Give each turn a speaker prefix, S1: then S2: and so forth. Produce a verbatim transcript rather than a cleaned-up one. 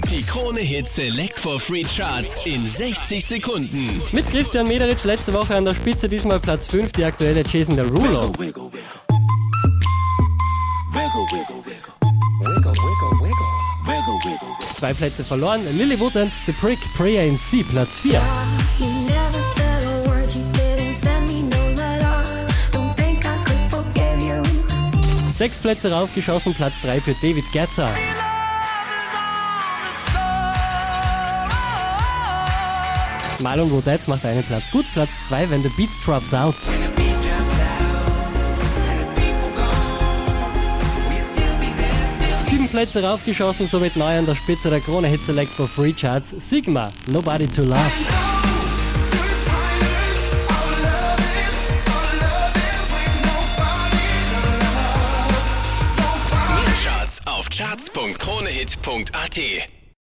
S1: Die Krone Hit Select for Free Charts in sechzig Sekunden.
S2: Mit Christian Mederitsch letzte Woche an der Spitze, diesmal Platz fünf, die aktuelle Jason Derulo. Zwei Plätze verloren, Lilywood and The Prick, Prayer in C, Platz vier. Sechs Plätze raufgeschossen, Platz drei für David Guetta. Marlon Rodez macht einen Platz gut, Platz zwei, When the Beat Drops Out. Sieben Plätze raufgeschossen, somit neu an der Spitze der Krone Hit Select for Free Charts, Sigma, Nobody to Love.
S1: Mehr Charts auf charts punkt kronehit punkt at.